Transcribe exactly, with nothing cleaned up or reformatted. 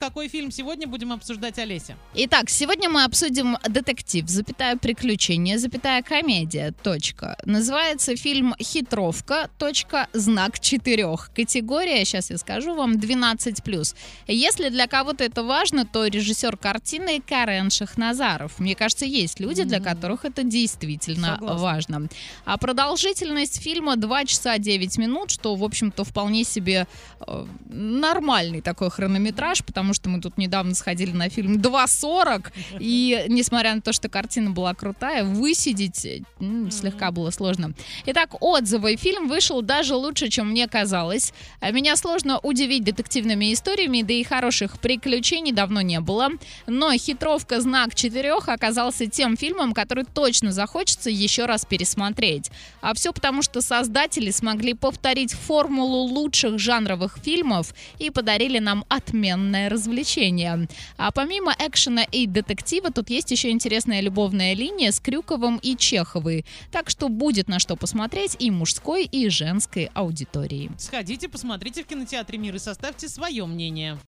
какой фильм сегодня будем обсуждать, Олеся? Итак, сегодня мы обсудим детектив, запятая приключение, запятая комедия, точка. Называется фильм «Хитровка», точка, знак четырех. Категория, сейчас я скажу вам, двенадцать плюс. Если для кого-то это важно, то режиссер картины Карен Шахназаров. Мне кажется, есть люди, для которых это действительно Согласна. важно. А продолжительность фильма два часа девять минут, что, в общем-то, вполне себе э, нормальный такой хронометраж, потому что мы тут недавно сходили на фильм два сорок, и, несмотря на то, что картина была крутая, высидеть м, слегка было сложно. Итак, отзывы. Фильм вышел даже лучше, чем мне казалось. А Меня сложно удивить детективными историями, да и хороших приключений давно не было. Но «Хитровка. Знак четырех» оказался тем фильмом, который точно захочется еще раз пересмотреть. А все потому, что создатели смогли повторить формулу лучших жанровых фильмов и подарили нам отменное развлечение. А помимо экшена и детектива, тут есть еще интересная любовная линия с Крюковым и Чеховой. Так что будет на что посмотреть и мужской, и женской аудитории. Сходите, посмотрите в кинотеатре «Мир» и составьте свое мнение.